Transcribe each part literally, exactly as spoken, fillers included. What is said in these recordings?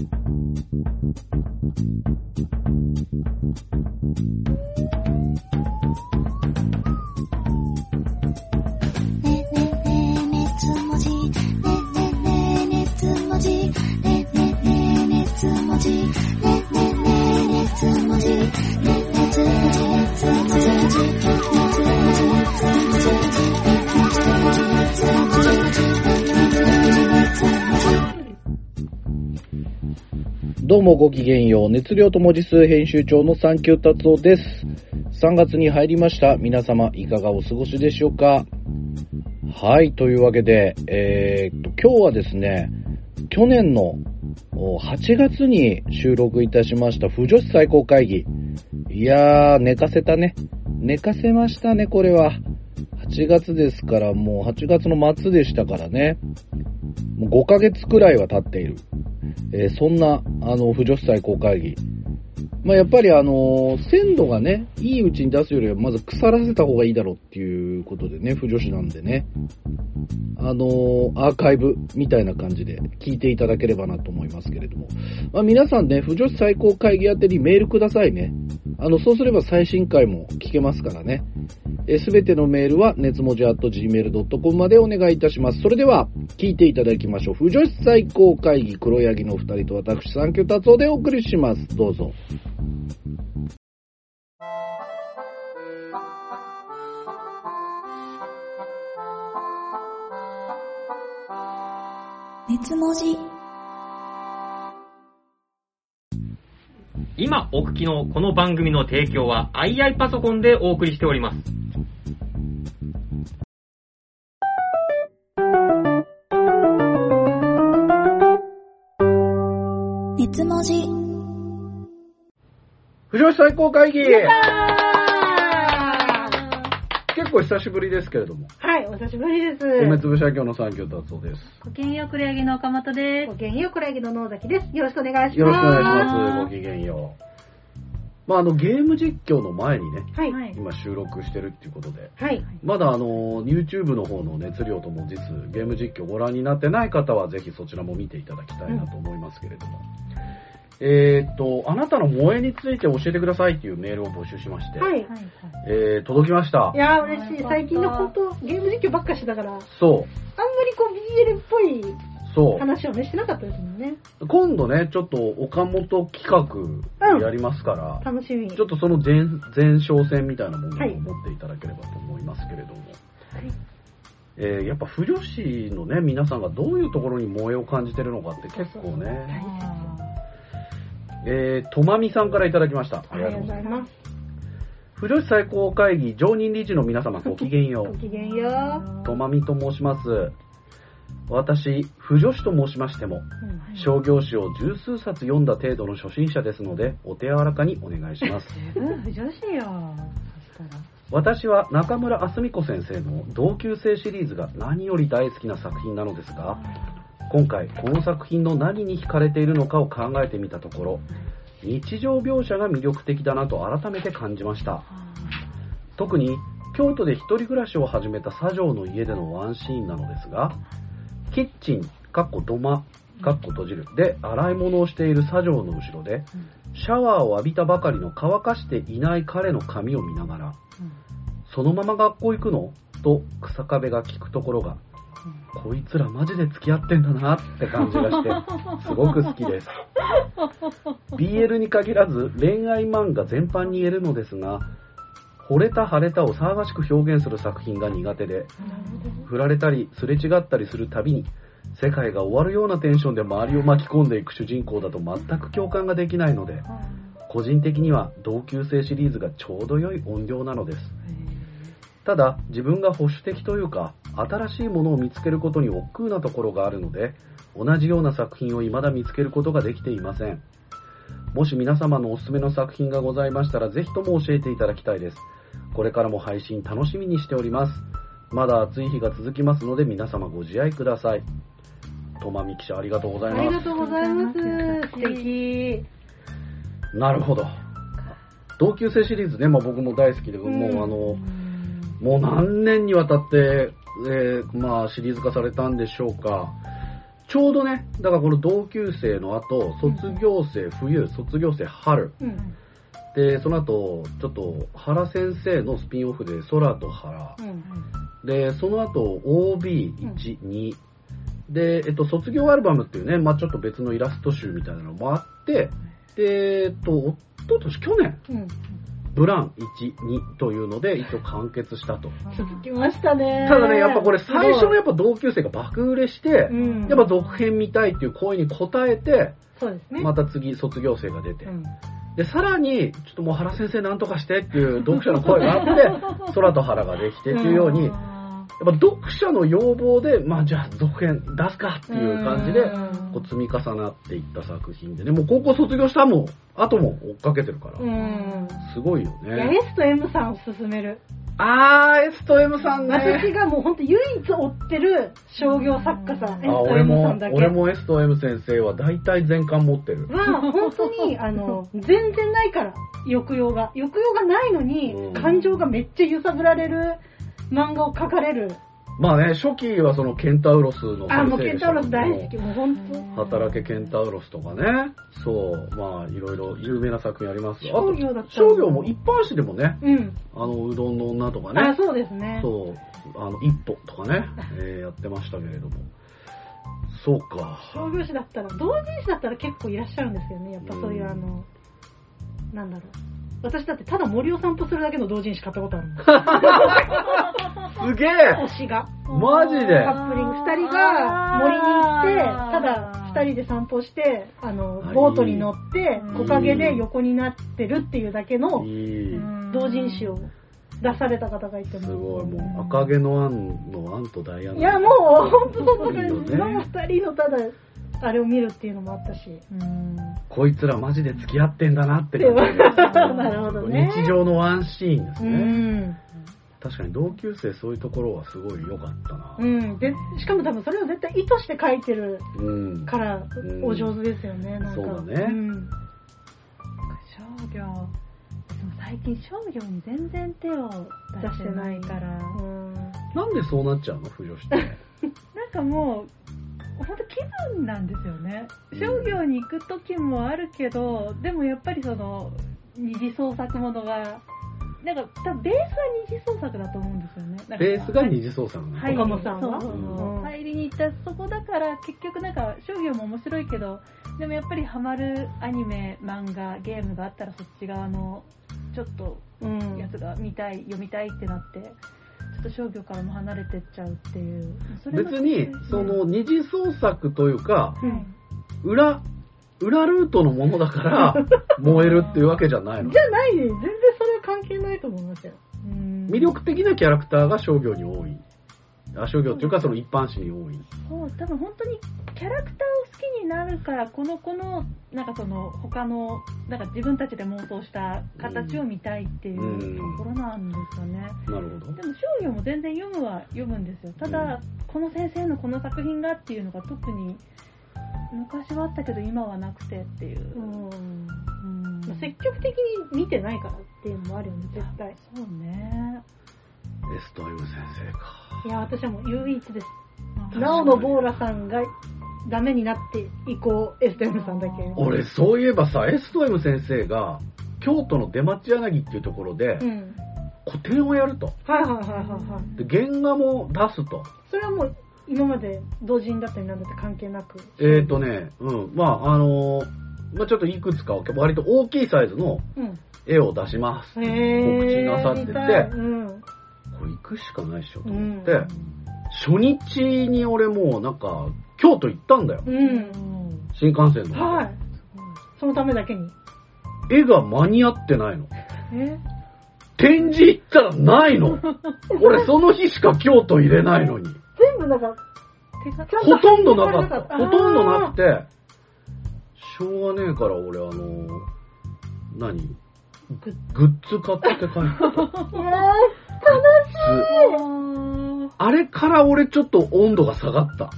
どうもごきげんよう。熱量と文字数編集長のサンキュー達夫です。さんがつに入りました。皆様いかがお過ごしでしょうか。はい、というわけで、えー、っと今日はですね、去年のはちがつに収録いたしました腐女子最高会議。いやー、寝かせたね。寝かせましたね、これは。はちがつですから、もうはちがつの末でしたからね。もうごかげつくらいは経っている。えー、そんな、あの、腐女子最高会議。まあ、やっぱりあのー、鮮度がね、いいうちに出すよりは、まず腐らせた方がいいだろうっていうことでね、腐女子なんでね。あのー、アーカイブみたいな感じで聞いていただければなと思いますけれども。まあ、皆さんね、腐女子最高会議宛てにメールくださいね。あの、そうすれば最新回も聞けますからね。すべてのメールは、熱文字 アットジーメールドットコム までお願いいたします。それでは、聞いていただきましょう。腐女子最高会議、黒柳の二人と私、サンキュー達夫でお送りします。どうぞ。 熱文字。 今お聞きのこの番組の提供は アイアイ パソコンでお送りしております。 熱文字。 腐女子最高会議。結構久しぶりですけれども。 はい、お久しぶりです。 米粒社協のサンキュー達夫です。 ごきげんよう、黒柳の岡本です。 ごきげんよう、黒柳の野崎です。よろしくお願いします。 よろしくお願いします。ごきげんよう。まあ、あの、ゲーム実況の前にね、 はい、 今収録してるっていうことで、 はい、 まだあの、YouTube の方の熱量と文字数、ゲーム実況ご覧になってない方は、ぜひそちらも見ていただきたいなと思いますけれども。うん、えーっと、あなたの萌えについて教えてくださいっていうメールを募集しまして、 はい、 えー、届きました。 いやー、嬉しい。最近の本当、ゲーム実況ばっかしだから、 そう。 あんまりこう ビーエル っぽいそう話をねしてなかったですもんね。 今度ね、ちょっと岡本企画やりますから、 うん、楽しみ。 ちょっとその前、前哨戦みたいなものを持っていただければと思いますけれども、はい、えー、やっぱ腐女子のね、皆さんがどういうところに萌えを感じてるのかって結構ね、えー、とまみさんからいただきました。 ありがとうございます。 腐女子最高会議常任理事の皆様ごきげんよう。 ごきげんよう。とまみと申します。私、腐女子と申しましても、うん、商業誌を十数冊読んだ程度の初心者ですので、お手柔らかにお願いします。 十分腐女子よ。 私は中村あすみ子先生の同級生シリーズが何より大好きな作品なのですが、今回この作品の何に惹かれているのかを考えてみたところ、日常描写が魅力的だなと改めて感じました。特に京都で一人暮らしを始めた左丞の家でのワンシーンなのですが、キッチン、かっこ土間、かっこ閉じるで洗い物をしている左丞の後ろで、シャワーを浴びたばかりの乾かしていない彼の髪を見ながら、そのまま学校行くのと草壁が聞くところが、こいつらマジで付き合ってんだなって感じがしてすごく好きです。 ビーエル に限らず恋愛漫画全般に言えるのですが、惚れた晴れたを騒がしく表現する作品が苦手で、振られたりすれ違ったりするたびに世界が終わるようなテンションで周りを巻き込んでいく主人公だと全く共感ができないので、個人的には同級生シリーズがちょうど良い音量なのです。ただ自分が保守的というか新しいものを見つけることに億劫なところがあるので、同じような作品を未だ見つけることができていません。もし皆様のおすすめの作品がございましたら、ぜひとも教えていただきたいです。これからも配信楽しみにしております。まだ暑い日が続きますので皆様ご自愛ください。とまみ記者ありがとうございます。 ありがとうございます。素敵。 なるほど。同級生シリーズね、まあ、僕も大好きで、うん、もうあのもう何年にわたって、えー、まあシリーズ化されたんでしょうか。 ちょうどね、だからこの同級生の後、卒業生冬、卒業生春。 うん。 で、その後、ちょっと原先生のスピンオフで空と原。 うん。 で、その後 オービーいち、に。で、えっと、卒業アルバムっていうね、まあちょっと別のイラスト集みたいなのもあって、で、えっと、おととし、去年、 うん。 ブランいち、にというので一応完結したと。 続きましたね。 ただね、やっぱこれ最初のやっぱ同級生が爆売れして、 うんやっぱ続編見たいっていう声に応えて、 そうですね。 また次卒業生が出て、 うん。 で、さらに、ちょっともう原先生なんとかしてっていう読者の声があって、空と原ができてっていうように、やっぱ読者の要望で、まあじゃあ続編出すかっていう感じで、 うんこう積み重なっていった作品でね、もう高校卒業したもん、後も追っかけてるから、 うん。 すごいよいや、 ね。 S と M さんを勧める。 あー、S と M さんね。 私がもうほんと唯一追ってる商業作家さん、S あ、 と俺 M さもんだ、け。 俺も S と M 先生は大体全巻持ってる。 は、本当に、あの、全然ないから、抑揚が。抑揚がないのにうん、 感情がめっちゃ揺さぶられる漫画を描かれる。 まあね、初期はそのケンタウロスのあ、もう先生でしたケンタウロス大好けき。もう本当。 ど働けケンタウロスとかね。そう、まあいろいろ有名な作品ありますよ。あと商業だったの商業も一般紙でもね、 うん。 あの、うどんの女とかあ、 ね。 そうですね。 そう、あの、一歩とかね、えーやってましたけれども。そうか。 商業誌だったら、同人誌だったら結構いらっしゃるんですよね。やっぱそういうあの、なんだろう。私だってただ森を散歩するだけの同人誌買ったことあるもん。 すげえ推しが。 マジでカップリング二人が森に行って、ただ二人で散歩して、あの、ボートに乗って、木陰で横になってるっていうだけのいい。 同人誌を出された方がいても。 すごい、もう赤毛のアンのアンとダイアナ。 いや、もう、ほんとそんな感じ。 いいよねその二人のただ、あれを見るっていうのもあったし。 こいつらマジで付き合ってんだなって感じ。 なるほどね。 日常のワンシーンですうね。 ん。 確かに同級生そういうところはすごい良かったな。 うん。で、しかも多分それを絶対意図して書いてるうん。 から、 んお上手ですよね、なんか。 そうだねん。 商業、でも最近商業に全然手を出してないから、 うん。 なんでそうなっちゃうの浮上して。 なんかもう、本当気分なんですよね。商業に行く時もあるけど、でもやっぱりその、二次創作ものが、なんか多分ベースは二次創作だと思うんですよね。なんかベースが二次創作なの。 はい、 岡本さんはそうそうそううん入りに行ったそこだから結局なんか商業も面白いけど、でもやっぱりハマるアニメ、漫画、ゲームがあったらそっち側のちょっとうん。 やつが見たい、読みたいってなって、ちょっと商業からも離れてっちゃうっていう。それが別に、その二次創作というか、 うん裏、裏ルートのものだから燃えるっていうわけじゃないの。 じゃないね。全然それは関係ないと思いますよ。 うん魅力的なキャラクターが商業に多い。あ、商業っていうかその一般紙に多い。 そう多分本当にキャラクターを好きになるからこの子のなんかその他のなんか自分たちで妄想した形を見たいっていうところなんですよね。 なるほど。 でも商業も全然読むは読むんですよ。ただ、この先生のこの作品がっていうのが特に昔はあったけど今はなくてっていう。 うん。 うんまあ積極的に見てないからっていうのもあるよね、絶対。 そうね。 エスト M 先生か。 いや、私はもう唯一です。 あなおのボーラさんがダメになって以降、エステムさんだけ。 俺、そういえばさ、エスト M 先生が、京都の出町柳っていうところでう、ん。 個展をやると。 はいはいはいはいはい。 で、原画も出すと。 それはもう今まで同人だったりなんだって関係なく。 えーとね、うん、まあ、あのーまあちょっといくつか、割と大きいサイズのうん。 絵を出します。 へー。 告知なさってて見たいうん。 これ行くしかないっしょとう思って、 ん。 初日に俺もうなんか、京都行ったんだよ。 うん。 新幹線の。 はい。そのためだけに。 絵が間に合ってないの。 え展示行ったらないの。俺その日しか京都入れないのに。 全部なんか、 手がほとんどなかった。 あーほとんどなくて、しょうがねえから俺あのー、何ググッズ買って帰った。 いやー、悲しい。 あれから俺ちょっと温度が下がった。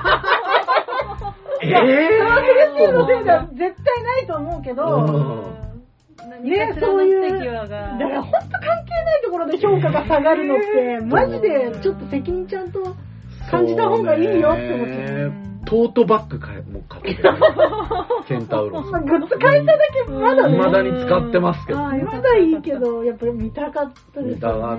えいや、 えサービスっていうのせいではー絶対ないと思うけど、 うんね、そういう、 だだから本当関係ないところで評価が下がるのって、マジでちょっと責任ちゃんと感じた方がいいよって思ってそうねトートバッグ買えもう買ってるケンタウロス。 まあ、グッズ買えただけまだね。 未だに使ってますけど。 あ、まだいいけど、やっぱり見たかったですよね。 見たかった。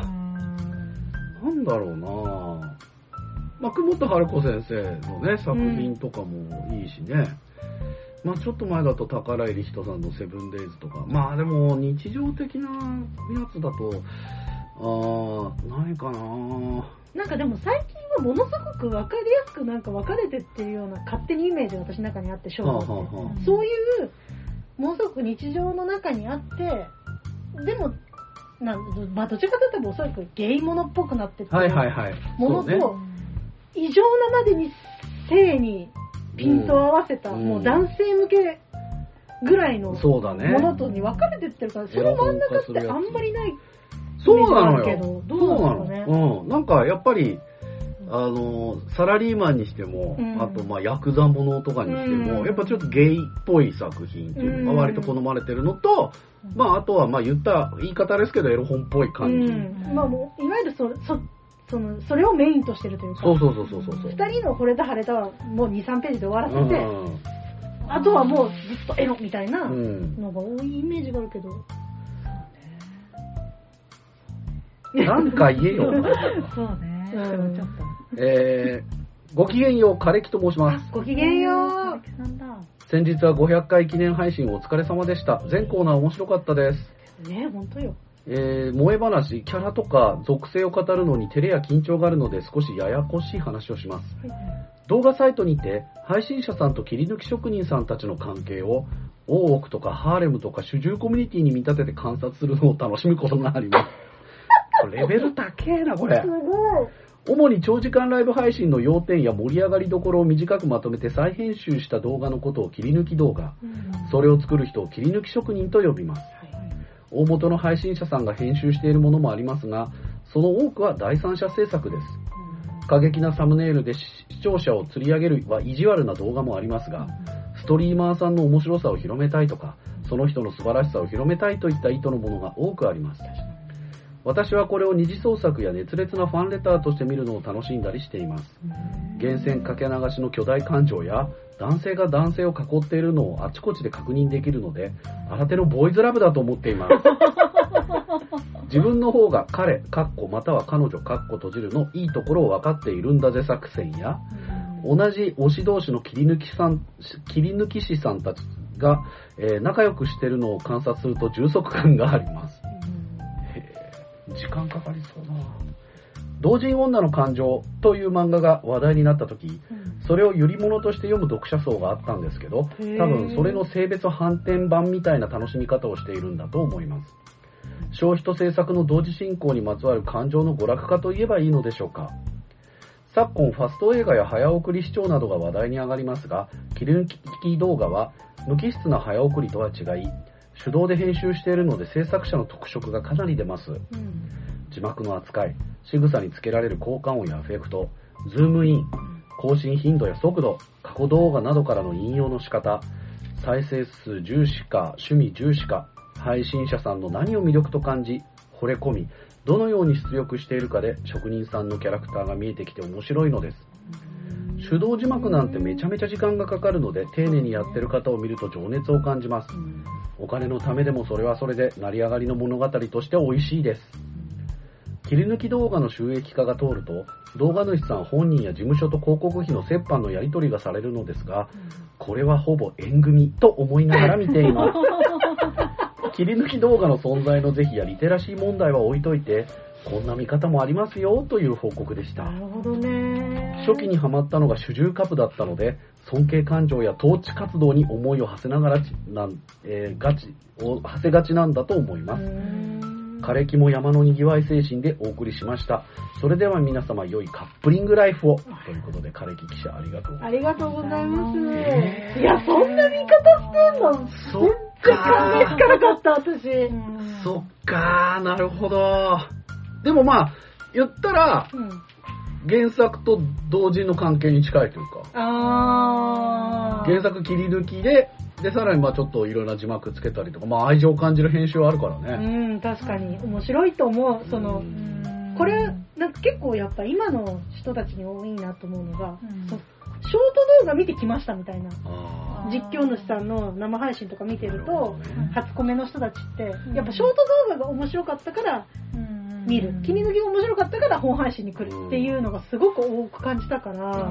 なんだろうなぁ。牧本春子先生のね、作品とかもいいしね。うん、まあちょっと前だと宝井理人さんのセブンデイズとか。まあでも日常的なやつだと、あー、何かなぁ。 なんかでも最近はものすごく分かりやすくなんか分かれてっていうような勝手にイメージが私の中にあって、少女って、はあはあ、そういうものすごく日常の中にあって、でもなんまあどちらかというとおそらくゲイものっぽくなってってはいはいはい、 ものと異常なまでに性にピントを合わせた、うん、もう男性向けぐらいのものとに分かれてってるから、その真ん中ってあんまりない。 そうなのよ。 どうなのね。 うん。なんかやっぱり、あの、サラリーマンにしても、うん、あとまあヤクザものとかにしても、うん、やっぱちょっとゲイっぽい作品っていうのが割と好まれてるのと、うん、まああとはまあ言った言い方ですけどエロ本っぽい感じ。 うん、まあもういわゆるそそそのそれをメインとしてるというか。 そうそうそうそうそう。 二人の惚れた晴れたはもうに、さんページで終わらせて、うん、あとはもうずっとエロみたいなのが多いイメージがあるけど。 なんか言えよ。 そうね。うん、ちょっと。 えー、ごきげんよう、枯れ木と申します。 ごきげんよう。 先日はごひゃっかい記念配信お疲れ様でした。全コーナー面白かったです。 ね、ほんとよ。 えー、萌え話、キャラとか属性を語るのに照れや緊張があるので少しややこしい話をします。はい、動画サイトにて配信者さんと切り抜き職人さんたちの関係を大奥とかハーレムとか主従コミュニティに見立てて観察するのを楽しむことがあります。レベル高えなこれ。 すごい。 主に長時間ライブ配信の要点や盛り上がりどころを短くまとめて再編集した動画のことを切り抜き動画、うん、それを作る人を切り抜き職人と呼びます、はい、大元の配信者さんが編集しているものもありますが、その多くは第三者制作です、うん、過激なサムネイルで視聴者を釣り上げるは意地悪な動画もありますが、うん、ストリーマーさんの面白さを広めたいとか、その人の素晴らしさを広めたいといった意図のものが多くあります。私はこれを二次創作や熱烈なファンレターとして見るのを楽しんだりしています。源泉かけ流しの巨大感情や男性が男性を囲っているのをあちこちで確認できるので、新手のボーイズラブだと思っています。自分の方が彼、かっこまたは彼女、かっこ閉じるのいいところを分かっているんだぜ作戦や、同じ推し同士の切り抜きさん、切り抜き師さんたちが、えー、仲良くしているのを観察すると充足感があります。時間かかりそうだな。同人女の感情という漫画が話題になった時、うん、それをゆり物として読む読者層があったんですけど、多分それの性別反転版みたいな楽しみ方をしているんだと思います。消費と制作の同時進行にまつわる感情の娯楽化といえばいいのでしょうか。昨今ファスト映画や早送り視聴などが話題に上がりますが、切り抜き動画は無機質な早送りとは違い、手動で編集しているので制作者の特色がかなり出ます、うん、字幕の扱い、仕草につけられる効果音やエフェクト、ズームイン、更新頻度や速度、過去動画などからの引用の仕方、再生数重視か趣味重視か、配信者さんの何を魅力と感じ惚れ込み、どのように出力しているかで職人さんのキャラクターが見えてきて面白いのです。手動字幕なんてめちゃめちゃ時間がかかるので、丁寧にやってる方を見ると情熱を感じます。お金のためでもそれはそれで成り上がりの物語として美味しいです。切り抜き動画の収益化が通ると、動画主さん本人や事務所と広告費の折半のやり取りがされるのですが、これはほぼ縁組と思いながら見ています。切り抜き動画の存在の是非やリテラシー問題は置いといて、こんな見方もありますよという報告でした。 なるほどね。 初期にハマったのが主従カプだったので、尊敬感情や統治活動に思いを馳せながらなん、えー、ガチを馳せがちなんだと思います。枯れ木も山のにぎわい精神でお送りしました。それでは皆様良いカップリングライフをということで、枯れ木記者ありがとうございます。 ありがとうございます。えー、いや、そんな見方してんの？ そっかー。 考えつかなかった私。 そっかー、なるほど。でもまあ言ったら、うん、原作と同人の関係に近いというか、 あ原作切り抜きで、でさらにまあちょっといろんな字幕つけたりとか、まあ愛情を感じる編集はあるからね。 うん、確かに面白いと思う。そのこれなんか結構やっぱ今の人たちに多いなと思うのが、うん、 ショート動画見てきましたみたいな。実況主さんの生配信とか見てると、初コメの人たちって、やっぱショート動画が面白かったから見る。切り抜きが面白かったから本配信に来るっていうのがすごく多く感じたから、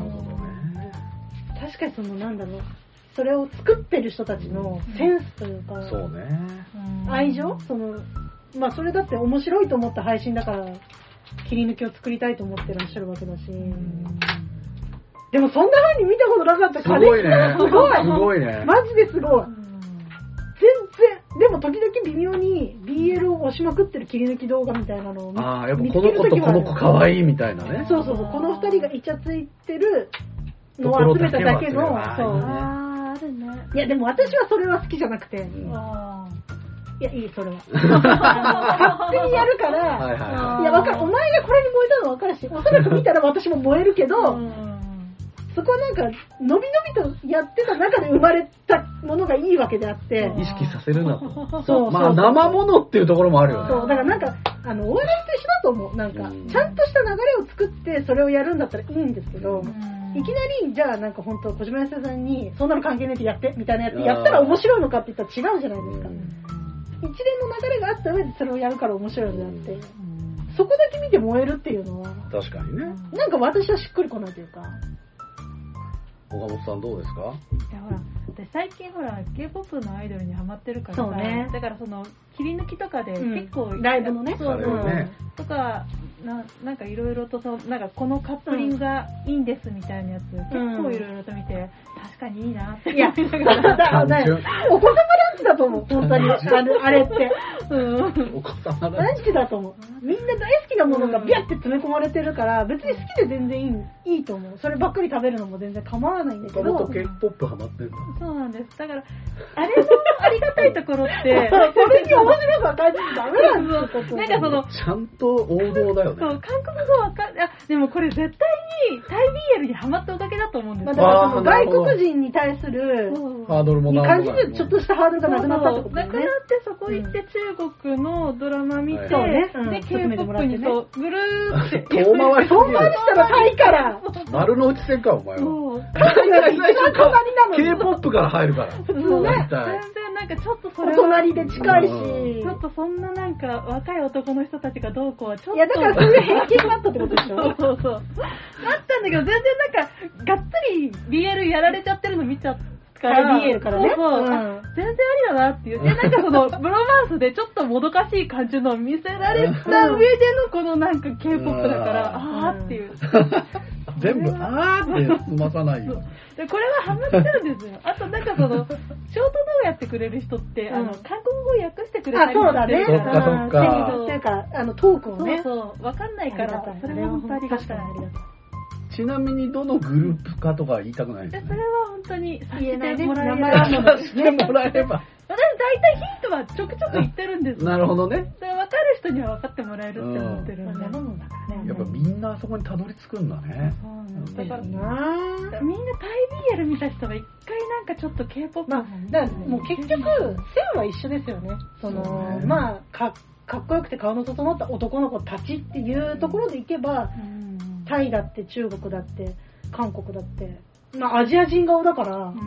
確かにそのなんだろう、それを作ってる人たちのセンスというか、 そうね。 愛情その、まあそれだって面白いと思った配信だから、切り抜きを作りたいと思ってらっしゃるわけだし、でもそんな風に見たことなかった。 すごいね。 すごい。 すごいね。 マジですごい。全然。でも時々微妙に ビーエル を押しまくってる切り抜き動画みたいなのを見つける時もある。 ああ、やっぱこの子とこの子可愛いみたいなね。 そうそうそう。この二人がイチャついてるのを集めただけの。そう。 あー、あるね。 いやでも私はそれは好きじゃなくて。 うん、 いや、いい、それは。勝手にやるから、はいはいはい、いや、わかる。お前がこれに燃えたのわかるし、おそらく見たら私も燃えるけど、そこはなんか、のびのびとやってた中で生まれたものがいいわけであって。 意識させるなと。 そうそう。 まあ、生ものっていうところもあるよね。 そう、だからなんか、あの、お笑いと一緒だと思う。なんか、ちゃんとした流れを作ってそれをやるんだったらいいんですけど、いきなり、じゃあなんか本当小島よしおさんに、そんなの関係ないってやって、みたいなやつやったら面白いのかって言ったら違うじゃないですか。一連の流れがあった上でそれをやるから面白いのであって、そこだけ見て燃えるっていうのは、 確かにね。 なんか私はしっくりこないというか。 岡本さんどうですか？ いやほら、私最近ほら K-ポップ のアイドルにハマってるからさ、 そうね、 だからその切り抜きとかで結構、うん、 ライブのね、 そうそう、 ね、 とかななんかいろいろとそなんかこのカップリングがいいんですみたいなやつ、うん、結構いろいろと見て確かにいいなって。いや、お子様ランチだと思う本当にあれ、あれって。うん、 お子様ランチランチだと思う。みんな大好きなものがビャって詰め込まれてるから、別に好きで全然いい、いいと思う。そればっかり食べるのも全然構わないんだけど。 もともと K-ポップ ハマってんだ。 そうなんです。だから、あれのありがたいところって、 それに面白さを感じてダメなんですよ。 なんかその、 ちゃんと王道だよね。 そう、韓国語わかん、あ、でもこれ絶対にタイ ビーエル にハマったおかげだと思うんですよ。 まあ、だからその外国人に対する、 ハードルもな感じでちょっとしたハードルがなくなったってことだね。なくなってそこ行って中国のドラマ見て、 そうね、 で、K-ポップ にそう、ぐるーって。 遠回りすぎる。 遠回りしたらタイから。 丸の内線か、お前は。 そう。海外が一番隣なのに。 K-ポップ から入るから。 そうね。 全然なんかちょっとそれお隣で近いし。 ちょっとそんななんか若い男の人たちがどうこうはちょっと。 いや、だからそういう偏見があったってことでしょ。 そうそうそう。なったんだけど、全然なんか、がっつり ビーエル やられちゃってるの見ちゃった。からビーエル からね。 そうそう、うん、全然ありだなっていう。で、なんかその、ブロマンスでちょっともどかしい感じのを見せられた上でのこのなんか K-ポップ だから、あーっていう。 全部、あーって済まさないよ。 で、これはハマってるんですよ。あとなんかその、ショート動画やってくれる人って、うん、あの、韓国語を訳してくれたりそうだね。 そっかそっか。 っていうか、あの、トークをね。 そうそう、わかんないから、それは本当ありがたい。 ちなみにどのグループかとか言いたくないですね。 それは本当にさせてもらえれば。 名前はしてもらえれば。 私大体ヒントはちょくちょく言ってるんです。 なるほどね。 分かる人には分かってもらえるって思ってるんで。 なるほどだからね。 やっぱみんなあそこにたどり着くんだね。 そうなんだからみんなタイ ビーエル 見た人は一回なんかちょっと K-ポップ。 まあ、だからもう結局、線は一緒ですよね。その、まあ、か、かっこよくて顔の整った男の子たちっていうところでいけば、タイだって中国だって韓国だってまあアジア人顔だから、うん、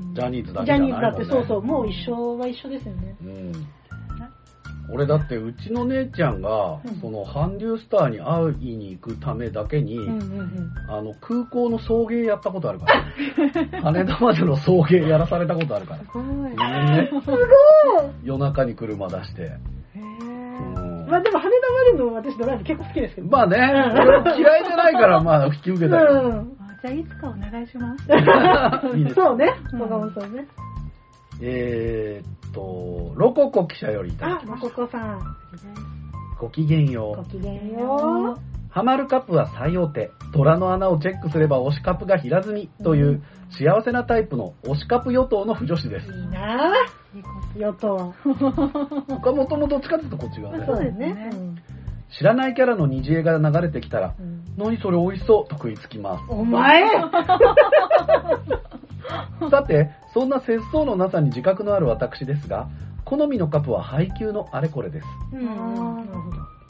ジャニーズだけじゃないもんね。 ジャニーズだってそうそうもう一緒は一緒ですよね。うん、 俺だってうちの姉ちゃんが、うん、その韓流スターに会いに行くためだけに、うんうんうん、あの空港の送迎やったことあるから、ね、羽田までの送迎やらされたことあるから。すごい。ね、 すごい。 夜中に車出して。 まあでも羽田までの私ドライブ結構好きですけど、ね、 まあね、嫌いじゃないからまあ引き受けたり、うん、 じゃあいつかお願いしますいいですそうね、岡本さんね。 えーっとロココ記者よりいただきました。 あ、ロココさんごきげんよう。 ごきげんよう。 ハマるカップは最大手、虎の穴をチェックすれば推しカップが平積みという幸せなタイプの推しカップ与党の不女子です。 いいなぁ与党他もともとどっちかっていうとこっち側ね。 そうですね、うん、 知らないキャラの虹絵が流れてきたら、うん、何それ美味しそうと食いつきます。 お前さて、そんな節操のなさに自覚のある私ですが、好みのカップは配給のあれこれです。うん、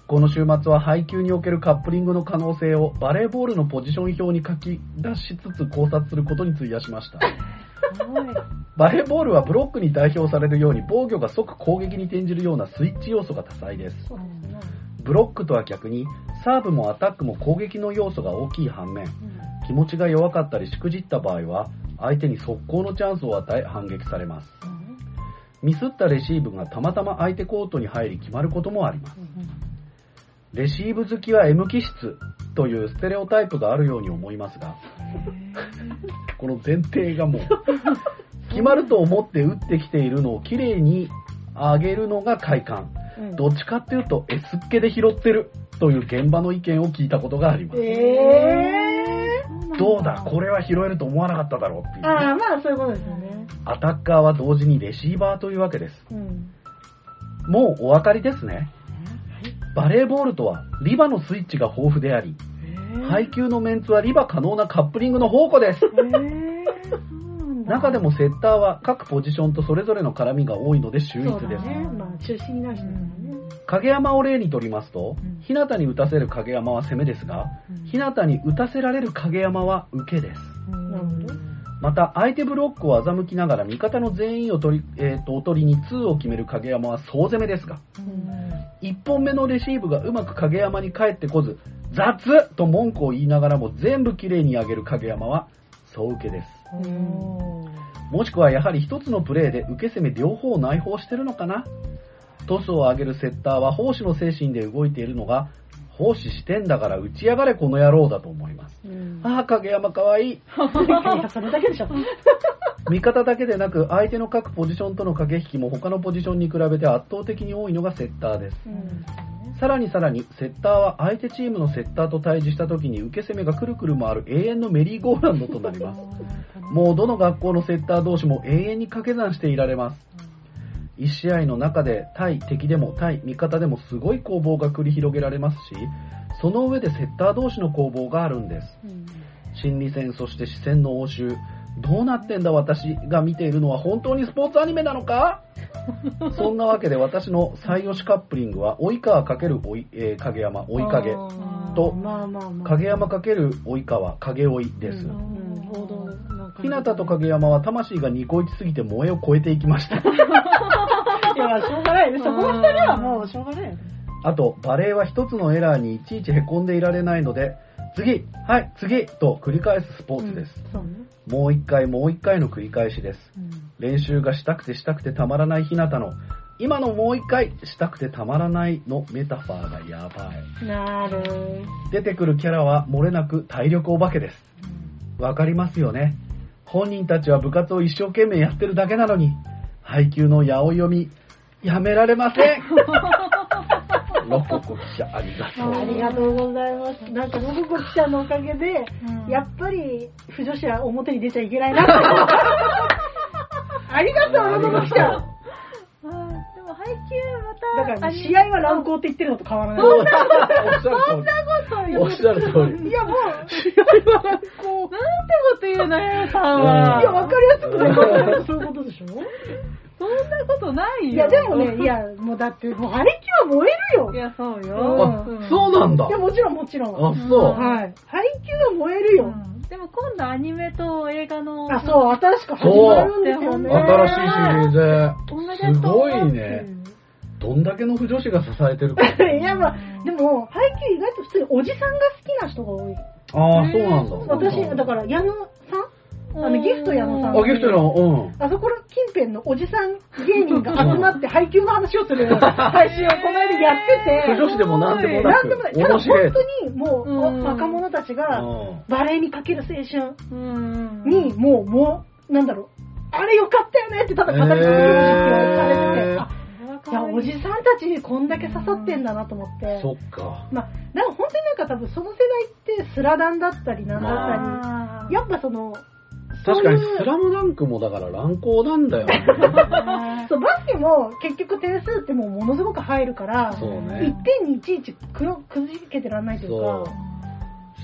この週末は配球におけるカップリングの可能性をバレーボールのポジション表に書き出しつつ考察することに費やしました。バレーボールはブロックに代表されるように防御が即攻撃に転じるようなスイッチ要素が多彩です。ブロックとは逆にサーブもアタックも攻撃の要素が大きい反面、気持ちが弱かったりしくじった場合は相手に速攻のチャンスを与え反撃されます。ミスったレシーブがたまたま相手コートに入り決まることもあります。レシーブ好きは M 気質というステレオタイプがあるように思いますが、この前提がもう決まると思って打ってきているのをきれいに上げるのが快感、どっちかっていうと S っ気で拾ってるという現場の意見を聞いたことがあります。えー、どうだこれは拾えると思わなかっただろうっていう、ね、 ああまあそういうことですよね。 アタッカーは同時にレシーバーというわけです、うん、もうお分かりですね。バレーボールとはリバのスイッチが豊富であり、配球のメンツはリバ可能なカップリングの宝庫です。中でもセッターは各ポジションとそれぞれの絡みが多いので秀逸です。 ね、まあ、中心になる人ですね。 影山を例にとりますと、日向に打たせる影山は攻めですが、日向に打たせられる影山は受けです。なるほど。また相手ブロックを欺きながら味方の全員を取り、えー、とおとりにツーを決める影山は総攻めですが、いっぽんめのレシーブがうまく影山に返ってこず雑と文句を言いながらも全部きれいに上げる影山は総受けです。もしくはやはり一つのプレーで受け攻め両方内包してるのかな。トスを上げるセッターは奉仕の精神で動いているのが、奉仕してんだから打ち上がれこの野郎だと思います。ああ影山かわいい。 それだけでしょ。 味方だけでなく相手の各ポジションとの駆け引きも他のポジションに比べて圧倒的に多いのがセッターです。うん、さらにさらにセッターは相手チームのセッターと対峙した時に受け攻めがくるくる回る永遠のメリーゴーランドとなります。もうどの学校のセッター同士も永遠に掛け算していられます。一試合の中で対敵でも対味方でもすごい攻防が繰り広げられますし、その上でセッター同士の攻防があるんです。心理戦、そして視線の応酬。どうなってんだ私が見ているのは本当にスポーツアニメなのか。そんなわけで私の最推しカップリングは及川×追、えー、影山追い影と、まあまあまあ、影山×及川影追いです。日向と影山は魂がニコイチすぎて萌えを超えていきました。いやしょうがないね。そこのふたりはもうしょうがないよね。 あとバレーは一つのエラーにいちいちへこんでいられないので、次はい次と繰り返すスポーツです。うん、そうね。もう一回もう一回の繰り返しです、うん、練習がしたくてしたくてたまらない日向の今のもう一回したくてたまらないのメタファーがやばい。なる。出てくるキャラは漏れなく体力お化けです。わ、うん、かりますよね。本人たちは部活を一生懸命やってるだけなのに配球の八百読みやめられません。ロココ記者ありがとう。 ありがとうございます。なんかロココ記者のおかげで、うん、やっぱり不女子は表に出ちゃいけないなって。ありがとうロココ記者。でも配球まただから試合は乱行って言ってるのと変わらない。 そんなこと言う。 おっしゃる通り。 いやもう試合は乱行。 なんてこと言うのよさんは。 いやわかりやすくない。そういうことでしょ。 そんなことないよ。 いやでもね、いやもうだってもう配球は燃えるよ。 いやそうよ。 うん、そうなんだ。 いやもちろんもちろん。 あそう。 はい。配球は燃えるよ。 うん、でも今度アニメと映画のあそう新しく始まるんですよね。 新しいシリーズ。すごいね。どんだけの不女子が支えてるか。 いやまあでも配球意外と普通におじさんが好きな人が多い。 ああそうなんだ。 私だから矢野さん。あのギフト矢野さん。 あ、ギフト矢野、うん。 あそこの近辺のおじさん芸人が集まって配球の話をする配信をこの間やってて。 不女子でもなんでもなく。 なんでもない。ただ本当にもう若者たちがバレエにかける青春にもう、もう、なんだろう、あれよかったよねってただ語り続ける実況されてて。あいやおじさんたちにこんだけ刺さってんだなと思って。 そっか。 まあ、でも本当になんか多分その世代ってスラダンだったりなんだったり、やっぱその、 確かにスラムダンクもだから乱行なんだよ、ね。 そうバスケも結局点数ってもうものすごく入るから、そうね、いってんにいちいちくろくじけてらんないというか。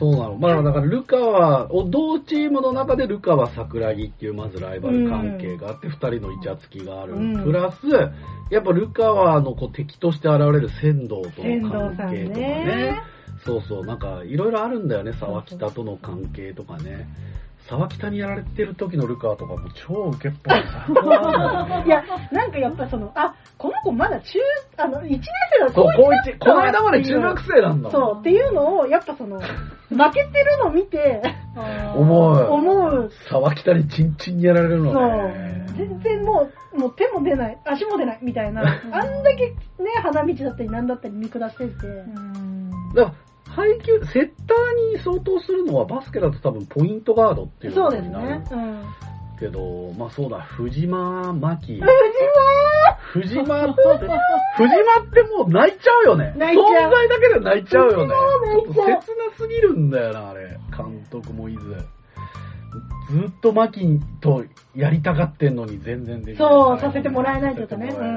そうなの。まあだからルカは、同チームの中でルカは桜木っていうまずライバル関係があって、二、うん、人のイチャつきがある。うん、プラス、やっぱルカワのこう敵として現れる仙道との関係とかね。そうそう、なんかいろいろあるんだよね、沢北との関係とかね。沢北にやられてる時のルカワとかも超ウケっぽいいや、なんかやっぱその、あ、この子まだ中、あの、いちねん生だそう、高一、この間まで中学生なんだもん。 そう、っていうのを、やっぱその、負けてるのを見て、 思う。 思う。 沢北にチンチンにやられるのね。そう。全然もう、もう手も出ない、足も出ない、みたいな。あんだけね、花道だったり何だったり見下してて。 だから配球、セッターに相当するのはバスケだと多分ポイントガードっていうのになる。そうですね。うん。けど、まあそうだ、藤間真希。藤間藤間藤間ってもう泣いちゃうよね。泣いちゃう。存在だけで泣いちゃうよね。ちょっと切なすぎるんだよな、あれ。監督もいず。ずっと真希とやりたがってんのに全然できない。 そう、させてもらえないとかね。うん。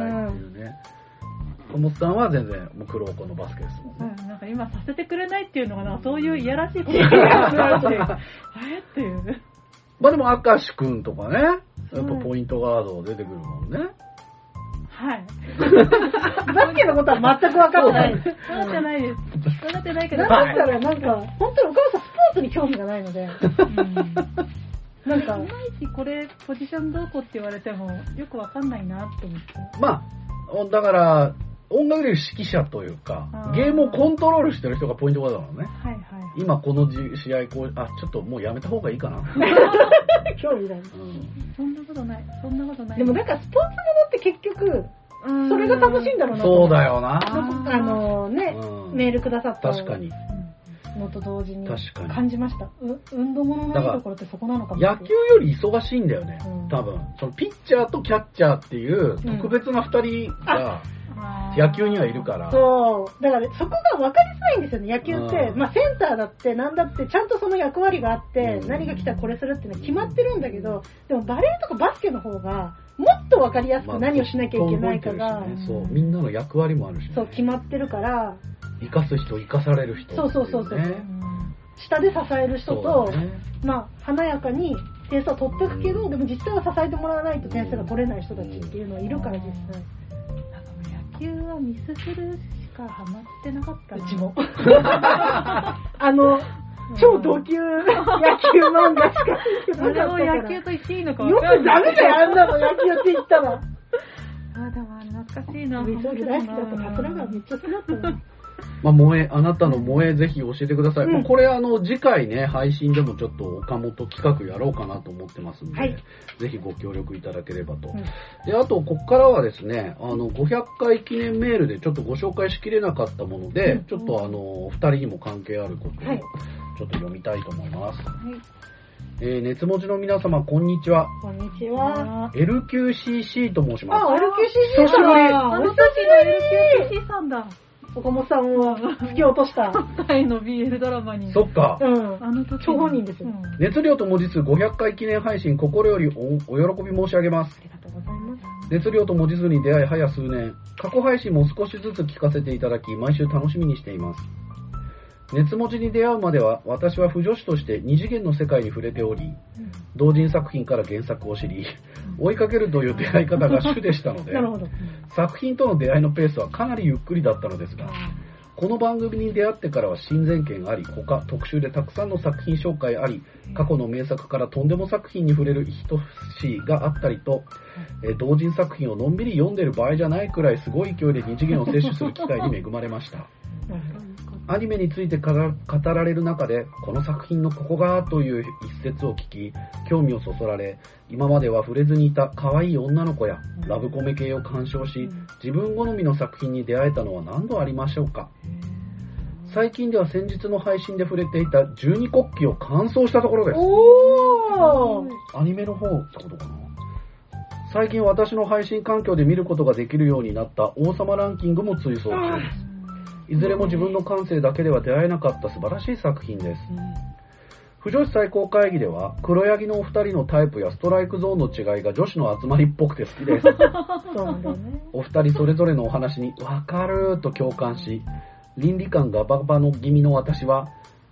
小本さんは全然もう黒子のバスケですもんね、 うん、なんか今させてくれないっていうのがな、そういういやらしいことがあるってあれっていうまあでも明石くんとかね、やっぱポイントガード出てくるもんね。 はいバスケのことは全く分かってないです。 分かってないです。分かってないけど、 だったらなんか本当にお母さんスポーツに興味がないので、うんなんかいまいちこれポジションどうこうって言われてもよく分かんないなって思って。 まあだから音楽でいう指揮者というか、ゲームをコントロールしてる人がポイントガードなのね。 はいはい。 今この試合こう、あ、ちょっともうやめた方がいいかな。 興味ない、うん。 そんなことない。そんなことない。 でもなんかスポーツものって結局、それが楽しいんだろうな。 そうだよな。 あのね、うん、メールくださった確かにのと同時に確かに感じました。う運動もののいいところってそこなのかもしれない。 野球より忙しいんだよね、うん、多分。そのピッチャーとキャッチャーっていう特別な二人が、うん野球にはいるから。 そう。だからそこが分かりづらいんですよね、野球って。まあセンターだってなんだってちゃんとその役割があって、うん、何が来たらこれするっていうのは決まってるんだけど、でもバレーとかバスケの方がもっと分かりやすく何をしなきゃいけないかが、まあね、そう、みんなの役割もあるし、ね、 そう決まってるから、 生かす人、生かされる人、 そうそうそうそう、下で支える人と、ね、まあ華やかに点数を取っていくけど、でも実際は支えてもらわないと点数が取れない人たちっていうのはいるから実際。 野球はミスフルしかハマってなかったな。 うちも。あの、超同級野球漫画しか見てなかったから。 それを野球と言っていいのか分かんない。よくダメだよ、あんなの野球って言ったら。 あ、でも懐かしいな。 ミスフル大好きだった。桜がめっちゃ好きだったな。 まあ、萌え、あなたの萌えぜひ教えてください。うん、これあの、次回ね、配信でもちょっと岡本企画やろうかなと思ってますんで、はい、ぜひご協力いただければと。うん、で、あと、ここからはですね、あの、ごひゃっかい記念メールでちょっとご紹介しきれなかったもので、うん、ちょっとあの、ふたりにも関係あることをちょっと読みたいと思います。はい、えー、熱文字の皆様、こんにちは。 こんにちは。 エルキューシーシー と申します。 あ、エルキューシーシー さん。 あの時の エルキューシーシー さんだ。 岡本さんを突き落とした。 タイの ビーエル ドラマに。 そっか。 うん。あの時。張本人ですよ。 熱量と文字数ごひゃっかい記念配信、心より お, お喜び申し上げます。 ありがとうございます。 熱量と文字数に出会い早数年、過去配信も少しずつ聞かせていただき、毎週楽しみにしています。熱文字に出会うまでは、私は腐女子として二次元の世界に触れており、うん、同人作品から原作を知り、追いかけるという出会い方が主でしたので、 なるほど。 作品との出会いのペースはかなりゆっくりだったのですが、この番組に出会ってからは新前見あり、他特集でたくさんの作品紹介あり、過去の名作からとんでも作品に触れる一節があったりと、えー、同人作品をのんびり読んでる場合じゃないくらいすごい勢いで二次元を摂取する機会に恵まれました。アニメについて語られる中で、この作品のここがという一節を聞き、興味をそそられ、今までは触れずにいた可愛い女の子やラブコメ系を鑑賞し、自分好みの作品に出会えたのは何度ありましょうか。最近では先日の配信で触れていた十二国旗を完走したところです。 おー！ アニメの方ってことかな。最近私の配信環境で見ることができるようになった王様ランキングも追走中です。いずれも自分の感性だけでは出会えなかった素晴らしい作品です。腐女子最高会議では黒ヤギのお二人のタイプやストライクゾーンの違いが女子の集まりっぽくて好きです。 そうだね、 お二人それぞれのお話にわかるーと共感し、倫理観がババの気味の私は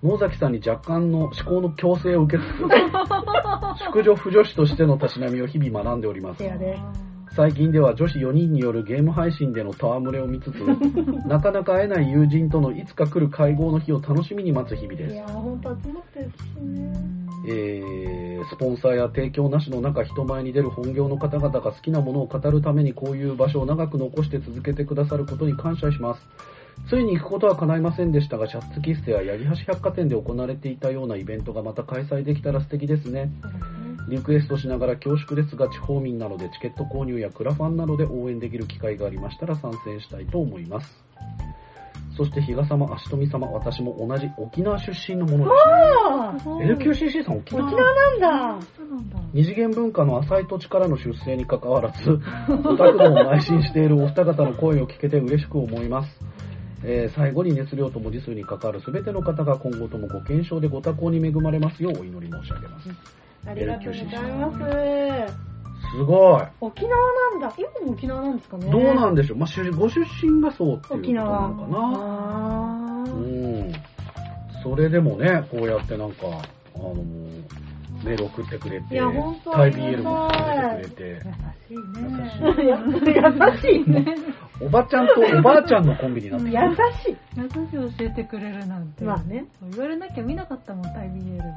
野崎さんに若干の思考の強制を受けつつ、淑女婦女子としてのたしなみを日々学んでおります。最近では女子よにんによるゲーム配信での戯れを見つつ、なかなか会えない友人とのいつか来る会合の日を楽しみに待つ日々です。 いやー、ほんと集まってるしね。 えー、スポンサーや提供なしの中、人前に出る本業の方々が好きなものを語るためにこういう場所を長く残して続けてくださることに感謝します。ついに行くことは叶いませんでしたが、シャツキステや八木橋百貨店で行われていたようなイベントがまた開催できたら素敵ですね。リクエストしながら恐縮ですが、地方民なのでチケット購入やクラファンなどで応援できる機会がありましたら参戦したいと思います。そして比嘉様、足富様、私も同じ沖縄出身のものです、ね。エルキューシーシー さん沖縄沖縄なんだ。 二次元文化の浅い土地からの出生に関わらず、オタク道を邁進しているお二方の声を聞けて嬉しく思います。えー、最後に熱量と文字数に関わる全ての方が今後ともご健勝でご多幸に恵まれますようお祈り申し上げます。 ありがとうございます。 すごい。 沖縄なんだ。今も沖縄なんですかね。 どうなんでしょう。まあ、ご出身がそうっていうことなのかな。 あうん。それでもね、こうやってなんか、あの、メール送ってくれて、 いや本当タイビーエルも送ってくれて、 優しいね。 優しいね。 おばちゃんとおばあちゃんのコンビになってる。 優しい。 優しい教えてくれるなんて。 まあね。 言われなきゃ見なかったもん、タイビーエルは。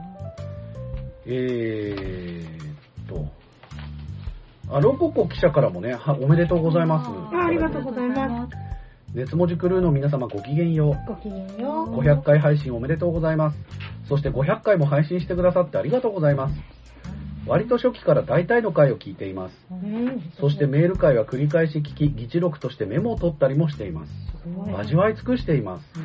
えーっと、あ、ロココ記者からもね、はおめでとうございます。 あ、ありがとうございます。 熱文字クルーの皆様ごきげんよう。 ごきげんよう。 ごひゃっかい配信おめでとうございます。そしてごひゃっかいも配信してくださってありがとうございます。割と初期から大体の回を聞いています。うん、そしてメール回は繰り返し聞き、議事録としてメモを取ったりもしています。味わい尽くしています。うん、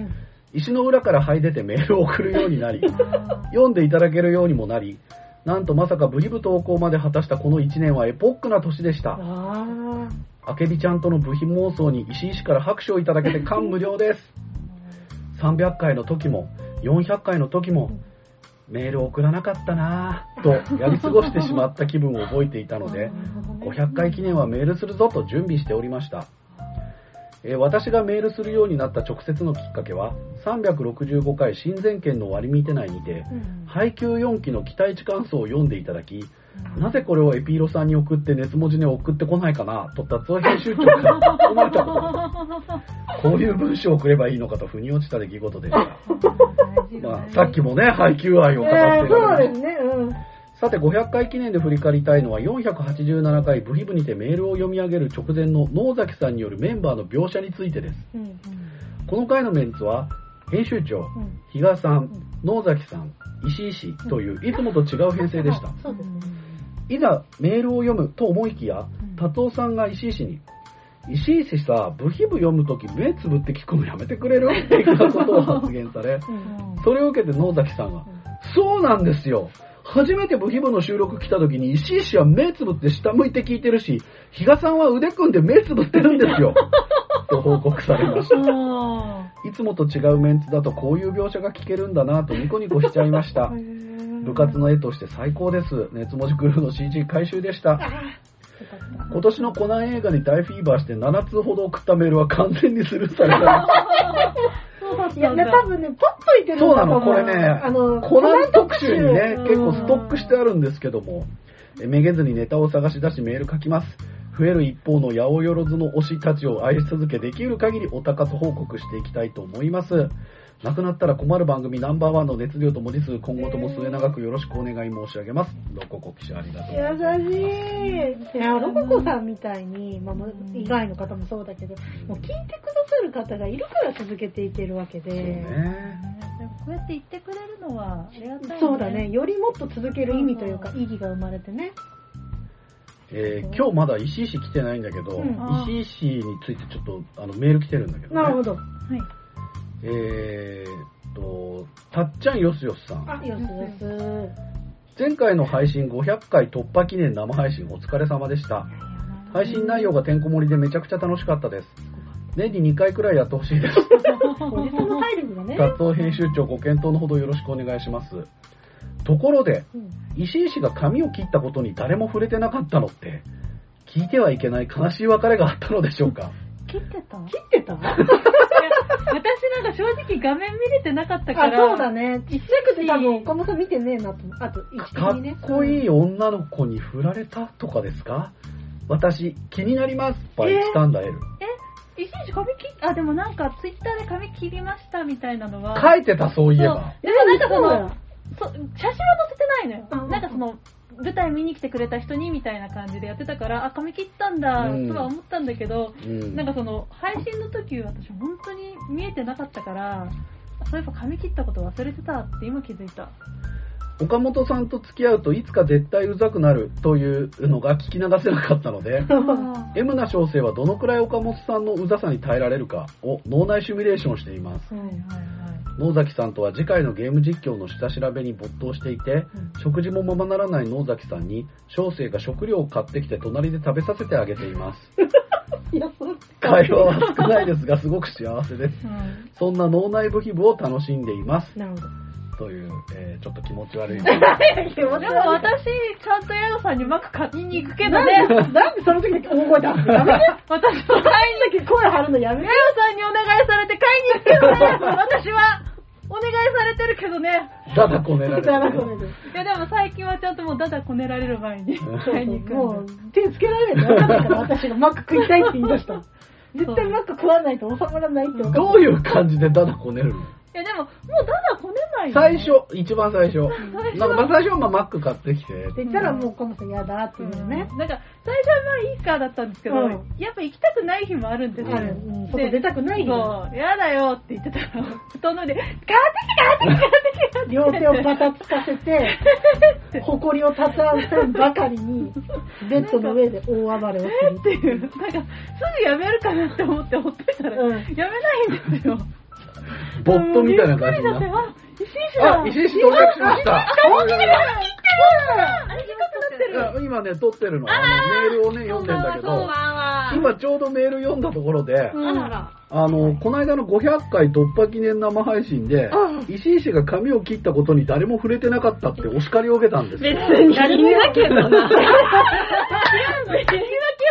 石の裏から這い出てメールを送るようになり、読んでいただけるようにもなり、なんとまさかブヒブ投稿まで果たしたこのいちねんはエポックな年でした。あけびちゃんとのブヒ妄想に石井氏から拍手をいただけて感無量です。さんびゃっかいの時もよんひゃっかいの時もメールを送らなかったなぁとやり過ごしてしまった気分を覚えていたので、ごひゃっかい記念はメールするぞと準備しておりました。えー、私がメールするようになった直接のきっかけはさんびゃくろくじゅうごかい親善券の割り見てないにて、うん、配給よんきの期待値感想を読んでいただき、うん、なぜこれをエピーロさんに送って熱文字に送ってこないかなと達夫編集長から困ったことこういう文章を送ればいいのかと腑に落ちた出来事でした。まあ、さっきもね配給愛を語っている、 えー、そうですね、うん。 さてごひゃっかい記念で振り返りたいのはよんひゃくはちじゅうななかいブヒブにてメールを読み上げる直前の野崎さんによるメンバーの描写についてです。うんうん、この回のメンツは編集長、うん、比嘉さん、うん、野崎さん、石井氏といういつもと違う編成でした。うん、いざメールを読むと思いきや、達夫さんが石井氏に石井氏さ、ブヒブ読むとき目つぶって聞くのやめてくれる的なことを発言され、うん、それを受けて野崎さんが、うん、そうなんですよ。初めてブヒブの収録来た時に石井氏は目つぶって下向いて聞いてるし、比嘉さんは腕組んで目つぶってるんですよと報告されました。いつもと違うメンツだとこういう描写が聞けるんだなとニコニコしちゃいました。部活の絵として最高です。熱文字クルーの シージー 回収でした。今年のコナン映画に大フィーバーしてななつほど送ったメールは完全にスルーされた。 いや、ね、多分ね、ポッといてるんだと思う。 そうなの、これね、あのコナン特集にね、結構ストックしてあるんですけども、めげずにネタを探し出しメール書きます。増える一方の八百万の推したちを愛し続け、できる限りお高す報告していきたいと思います。なくなったら困る番組ナンバーワンの熱量と文字数、今後とも末永くよろしくお願い申し上げます。ロココ記者ありがとうございます。 優しい。いや、ロココさんみたいに、まあ、以外の方もそうだけど、もう聞いてくださる方がいるから続けていけるわけで。そうね。 でもこうやって言ってくれるのはありがたいね。 そうだね。よりもっと続ける意味というか、意義が生まれてね。 えー、今日まだ石井氏来てないんだけど、うん、石井氏についてちょっとあのメール来てるんだけどね。 なるほど。はい。 えーっと、たっちゃんよすよすさん。 あ、よすよす。 前回の配信ごひゃっかい突破記念生配信お疲れ様でした。配信内容がてんこ盛りでめちゃくちゃ楽しかったです。年ににかいくらいやってほしいです。 おじさんの体力がね。 達夫編集長ご検討のほどよろしくお願いします。ところで、うん、石井氏が髪を切ったことに誰も触れてなかったのって、聞いてはいけない悲しい別れがあったのでしょうか。 聞切ってた切ってた私なんか正直画面見れてなかったかあ、 ら。 そうだね。ちっちゃくて多分岡本さん見てねえなと。あと、一か時にね。 っこいい女の子に振られたとかですか？私、気になります。バイキタンダエル。 え、石井髪切っ、あ、でもなんかツイッターで髪切りましたみたいなのは。 書いてた、そういえば。 でもなんかその、 えーそ写真は載せてないのよ。 うんなんかその、舞台見に来てくれた人にみたいな感じでやってたから、あ、髪切ったんだうんとは思ったんだけど、 うんなんかその、配信の時私本当に見えてなかったから、そういえば髪切ったこと忘れてたって今気づいた。 岡本さんと付き合うといつか絶対うざくなるというのが聞き流せなかったので、 あ M な小生はどのくらい岡本さんのうざさに耐えられるかを脳内シミュレーションしています。 ーはいはいはい。 野崎さんとは次回のゲーム実況の下調べに没頭していて、食事もままならない野崎さんに小生が食料を買ってきて隣で食べさせてあげています。 いや、そう会話は少ないですがすごく幸せです。 うんそんな脳内部品を楽しんでいます。 なるほど。 という、えー、ちょっと気持ち悪い。 でもでも私、ちゃんとヤオさんにうまく買いに行くけどね。 なんで、なんでその時だけ大声出すのやめて。 私も買いにだけ声張るのやめてヤ。オさんにお願いされて買いに行くけどね。私は、お願いされてるけどね。 だだこねられる。 だからごめんねいやでも最近はちゃんともうだだこねられる前に買いに行くもんで。 う、手つけられないと分かんないから、私がマック食いたいって言い出した。絶対マック食わないと収まらないって分かった。 どういう感じでだだこねるの？ いやでも、もうだだこねないよ、 最初、一番最初。 最初なんかまあ最初はまあマック買ってきて。 って言ったらもう岡本さん嫌だって言うのね。 なんか、最初はまあいいかだったんですけど、 うんやっぱ行きたくない日もあるんですよ。 あるうん外出たくない日もそう、嫌だよって言ってたら、布団の上で、買ってきて買ってきて買ってきて両手をバタつかせて、誇りをたたんばかりに、ベッドの上で大暴れをするっていう、なんか、すぐやめるかなって思ってほっといたら、 うんやめないんですよ。 ボットみたいな感じになって。 びっくりだってあ、石井だ。 あ、石石到着しました。 本当に短くなってる。 いや今ね、撮ってるの。あの、メールをね、読んでんだけど、今ちょうどメール読んだところで、あの、この間のごひゃっかい突破記念生配信で、石井氏が髪を切ったことに誰も触れてなかったってお叱りを受けたんですよ。 別に言い訳だな。 言い訳を、言い訳を聞いたん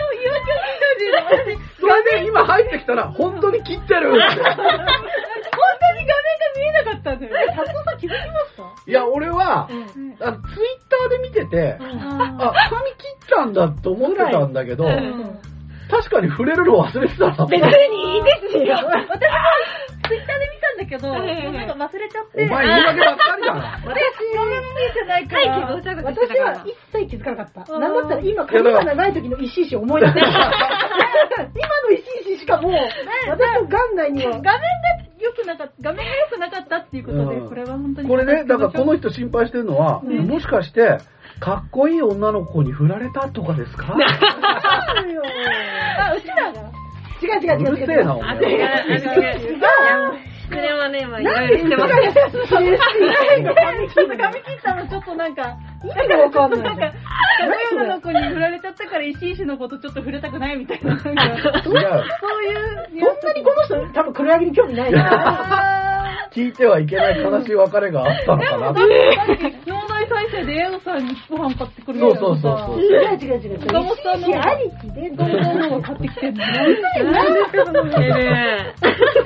です。 それで今入ってきたら、本当に切ってるって。 本当に画面が見えなかったんだよね。 タツオさん気づきますか？ いや、俺は、あのツイッターで見てて、あ、髪切ったんだと思ってたんだけど、確かに触れるの忘れてたな。 別にいいですよ。 私もツイッターで見たんだけど、なんか忘れちゃっおて。 前言い訳ばっかりだな。 私、画面見えてないから。 はい、けど、私私は一切気づかなかった。なんだったら今髪が長い時の石井氏思い出した。今の石井氏しかもう、私の元来には。 画面が良くなかった、画面が良くなかったっていうことで、 うんこれは本当に。 これね、だからこの人心配してるのは、もしかして、かっこいい女の子に振られたとかですか？ そうよ。 あ、うちらが。 違う違う違う違う。 うるせえな、おあ、 前。 違う、違う。いや、それはね、まあ、いろいろしてます。 それちょっと髪切ったのちょっとなんか、 意味がわかんない。 なんか、女の子に振られちゃったから石井氏のことちょっと触れたくないみたいな。なんか違う。 そういう。 そんなにこの人多分黒柳に興味ないな。 聞いてはいけない悲しい別れがあったのかな。 だって脳内再生でエオさんにご飯買ってくれるそうそうそうそう。 違う違う違う。 岡本さんの石井ありきでどうも買ってきてんの。 なんでそのてる。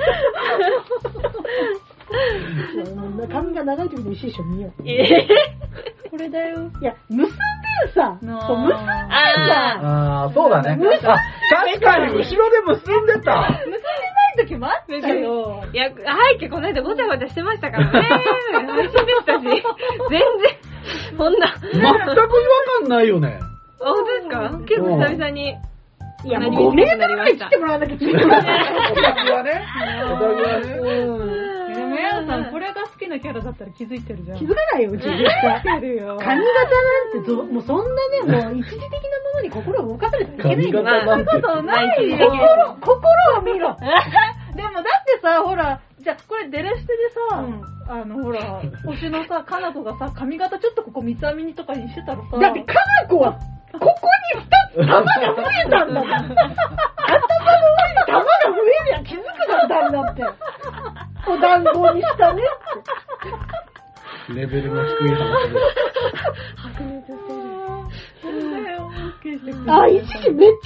髪が長い時の石井氏を見よう。 これだよ。 いや、結んでるさ。そう、結んでるさ。 ああ、そうだね。あ、確かに後ろで結んでた。 結んでない時もあったよ。 いや、背景この間ごちゃごちゃしてましたからね。安心でしたし。全然、そんな。 全く違和感ないよね。 あ、本当ですか？結構久々に。 いや、もうごメートルぐらい切ってもらわなきゃいけない。 オタクはね。オタクはね。 でもエオさん、これが好きなキャラだったら気づいてるじゃん。 気づかないよ、うち。 気づいてるよ。 髪型なんてぞ、もうそんなね、もう一時的なものに心を動かされてはいけないよ。 髪型なんて。 ことないよ。 心、心を見ろ。 でもだってさ、ほら、じゃあこれデレステでさ、あのほら、推しのさ、かなこがさ、髪型ちょっとここ三つ編みにとかにしてたらさ、 だって、かなこは、ここに二つ玉が増えたんだもん。頭の上に玉が増えるやん、気づくな、だんだって。お団子にしたねって。 レベルの低い話で。 白熱してる。 あ、一時めっちゃ切った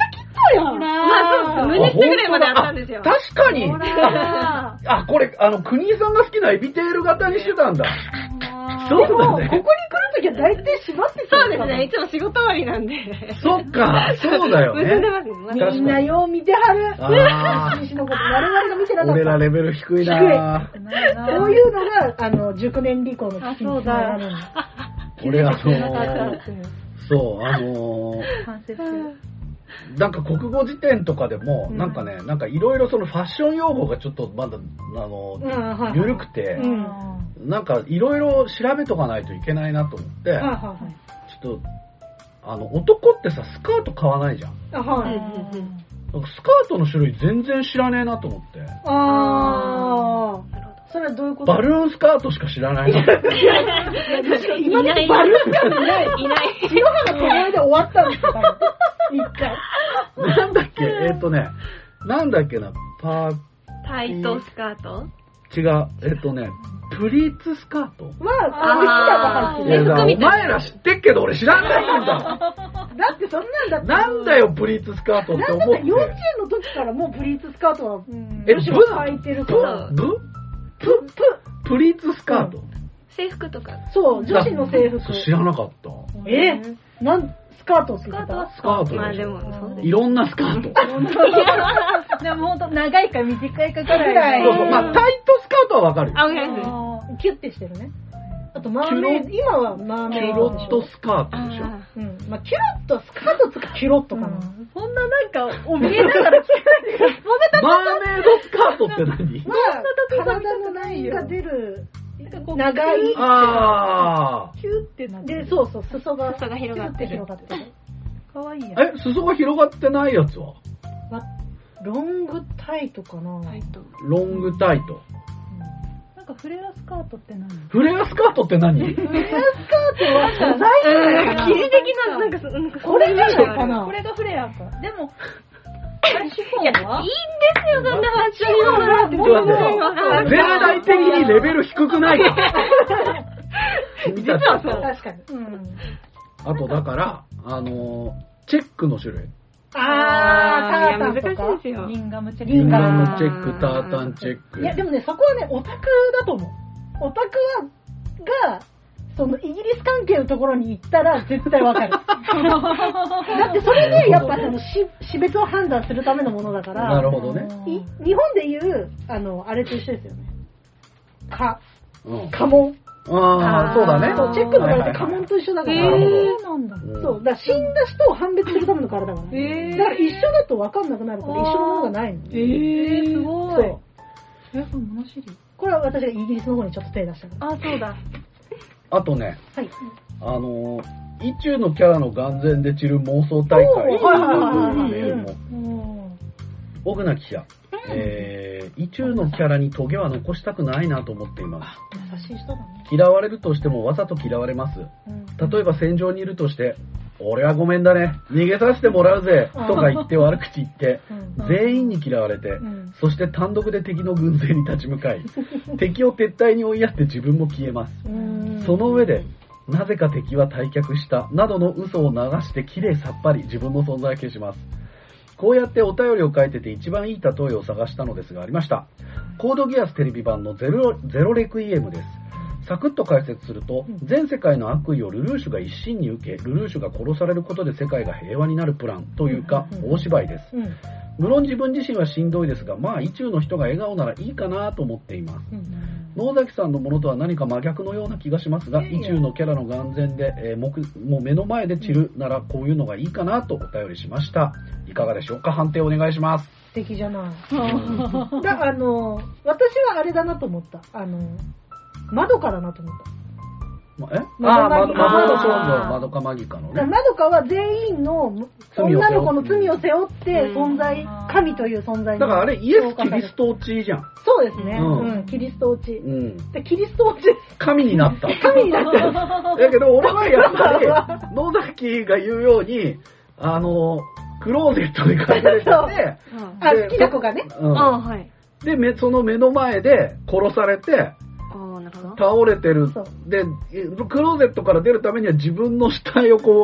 やん。 まあそうです。胸ってぐらいまであったんですよ。 あ確かにほらあ、これ、あの、国井さんが好きなエビテール型にしてたんだ。そうでも、 だね。 ここに来るときは大体縛ってそうですね。いつも仕事終わりなんで。 そっか、そうだよね。 結んでますよ。 確かにみんなよう見てはる。 あ西のこと、我々が見てなかった。 俺らレベル低いなこういうのが、あの、熟年離婚の危機につながるんだ。 俺あの気づかなかーったそう、あのー、 反省する。 なんか国語辞典とかでも、 うんなんかね、なんかいろいろそのファッション用語がちょっとまだ、あの、 うんはい緩くて、 うんなんかいろいろ調べとかないといけないなと思って、 はいはいはい。 ちょっと、あの、男ってさ、スカート買わないじゃん。 あ、はい。 なんかスカートの種類全然知らねえなと思って。 あー。それはどういうこと？ バルーンスカートしか知らないなって。 いない。 バルーンがいない。 いない。 篠原ともえで終わったんですよ、多分。一回。 なんだっけえっ、とね、なんだっけな、パー、 タイトスカート違う、えっ、とね、プリーツスカートまあ、好きだが入ってる。 いやだお前ら知ってっけど俺知らないんだ。 だってそんなんだって。 なんだよ、プリーツスカートってなんだ思って。 って幼稚園の時からもうプリーツスカートは、 うんえ、 女子ブは履いてるかプら。 ブプ、プ。 プリーツスカート、 制服とか。 そう、女子の制服。 知らなかった。 えなんスカートって言ってたスカートでしょまあでも、そうです。 いろんなスカート。 でもほんと長いか短いかぐらいぐらいそうそう、まあタイトスカートはわかるよ。 あ、わかります。 キュッてしてるね。あと、マーメイド、今はマーキュメイドでしょロット。スカートでしょ。 あうん。まあ、キュロット、スカートつかキュロットかな。 そんななんか、怯えながら聞かないで。 マーメイドスカートって何まあ、体のラインが出る、長い。 あキューってなってで、そうそう、裾が。 裾が広がってるキュッ広がってる。 かわいいやん。 ー。え、裾が広がってないやつはまロングタイトかな。 タイト。 ロングタイト。 なんかフレアスカートって何？ フレアスカートって何フレアスカートは素材うん、 か生地的な、なんかそ、なんかこれじゃないかなこれがフレアか。でも、シフいや、いいんォンはですよ、そんなファッション用語なんて。 ちょっと待って全体的にレベル低くないか君たち実はそう確かに。 うん。 あとだから、あのー、チェックの種類。 あー、タータンとかいや難しいですよ。 リンガムチェック。 リンガリンガムムチェック、タータンチェック。 いや、でもね、そこはね、オタクだと思う。オタクは、が、そのイギリス関係のところに行ったら絶対わかる。だってそれで、やっぱそのし死別を判断するためのものだから、 なるほどね。 い日本でいう、あの、あれと一緒ですよね。か、 うん。 家紋。 ああ、そうだね。 そう、チェックの柄って家紋と一緒だから。 なるほどそうなんだ。 うんそう、だから死んだ人を判別するための体だから。 へーだから一緒だと分かんなくなるから一緒のものがないの。 えー、すごい。 そう。 え、そう、物知り。 これは私がイギリスの方にちょっと手出したから。 あ、そうだ。 あとね、 はい。 あのー、意中のキャラの眼前で散る妄想大会というおーはいはいはいはいメールも、 うん。 小倉記者、えー、意中のキャラにトゲは残したくないなと思っています。 優しい人だね。 嫌われるとしてもわざと嫌われます。例えば戦場にいるとして、俺はごめんだね、逃げさせてもらうぜ、とか言って悪口言って、全員に嫌われて、 うんそして単独で敵の軍勢に立ち向かい、敵を撤退に追いやって自分も消えます。 うんその上で、なぜか敵は退却した、などの嘘を流してきれいさっぱり自分の存在を消します。こうやってお便りを書いてて一番いい例えを探したのですがありました。コードギアステレビ版のゼロ、ゼロレクイエムです。サクッと解説すると、全世界の悪意をルルーシュが一身に受け、ルルーシュが殺されることで世界が平和になるプランというか、大芝居です。 うん。 無論自分自身はしんどいですが、まあ、意中の人が笑顔ならいいかなと思っています。野崎さんのものとは何か真逆のような気がしますが、意中のキャラの眼前で、えー、目もう目の前で散るならこういうのがいいかなとお便りしました。いかがでしょうか？判定お願いします。 素敵じゃない。だあの、私はあれだなと思った。あの、窓かだなと思った。 まえまああ、まど、まどか少あー女、まどかマギカのね。 まどかは全員の罪を背負って女の子の罪を背負って存在、 うん神という存在にだからあれ、イエス・キリスト落ちじゃん。 そうですね。 うんうん、キリスト落ち。 うん。 でキリスト落ちです。 神になった。 神になってる。 だけど俺はやっぱり、野崎が言うように、あの、クローゼットに隠れてて、 あ、好きな子がね。 うんああ、はい。 で、めその目の前で殺されて、 ああ、なるほど。 倒れてるそう。 で、クローゼットから出るためには自分の死体をこう、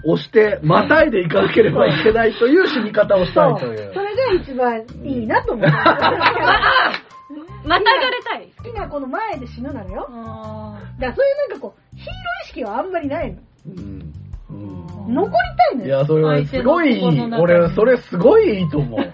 押して、またいでいかなければいけないという死に方をしたいという。 それが一番いいなと思って。 またがれたい。 好きなこの前で死ぬなのよ。だからそういうなんかこう、ヒーロー意識はあんまりないの。 うんうん、 残りたいのよ。 いや、それはすごいいい。俺、それすごいいいと思う。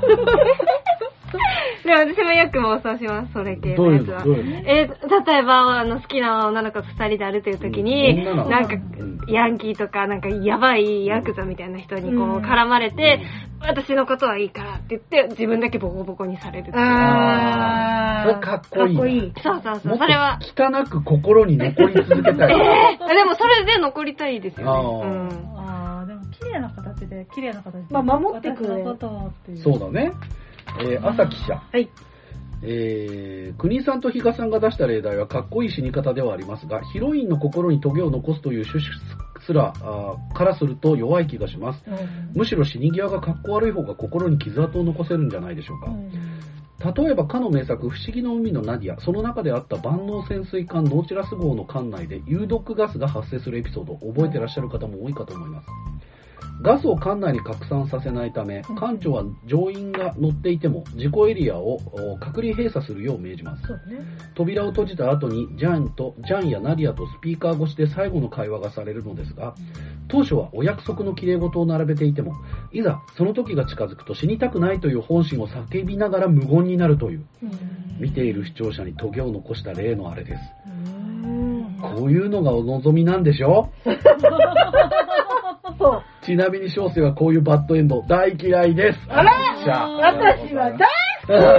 でも私もよく妄想します、それ系のやつは。 どういうの？ えー、例えば、あの、好きな女の子と二人で歩いてるときに、 うん、 なんか、ヤンキーとか、なんか、やばいヤクザみたいな人にこう、絡まれて、うん、私のことはいいからって言って、自分だけボコボコにされる。 あー。それかっこいい。かっこいい。 そうそうそう。それは。 汚く心に残り続けたい。 えー、でもそれで残りたいですよね。あー。うん、 あー、でも綺麗な形で、綺麗な形で。 まあ、守ってくれる。 そうだね。えー、朝記者。 はい。 えー、国井さんと比嘉さんが出した例題はかっこいい死に方ではありますが、ヒロインの心にトゲを残すという趣旨すらあからすると弱い気がします、うん、むしろ死に際がかっこ悪い方が心に傷跡を残せるんじゃないでしょうか、うん、例えばかの名作不思議の海のナディア、その中であった万能潜水艦ノーチラス号の艦内で有毒ガスが発生するエピソードを覚えてらっしゃる方も多いかと思います。ガスを艦内に拡散させないため、艦長は乗員が乗っていても事故エリアを隔離閉鎖するよう命じます。そうね、扉を閉じた後にジャンとジャンやナディアとスピーカー越しで最後の会話がされるのですが、当初はお約束の綺麗事を並べていても、いざその時が近づくと死にたくないという本心を叫びながら無言になるという、見ている視聴者にトゲを残した例のあれです。こういうのがお望みなんでしょそう。ちなみに小生はこういうバッドエンド大嫌いです。 あら、私は大好き。もうこう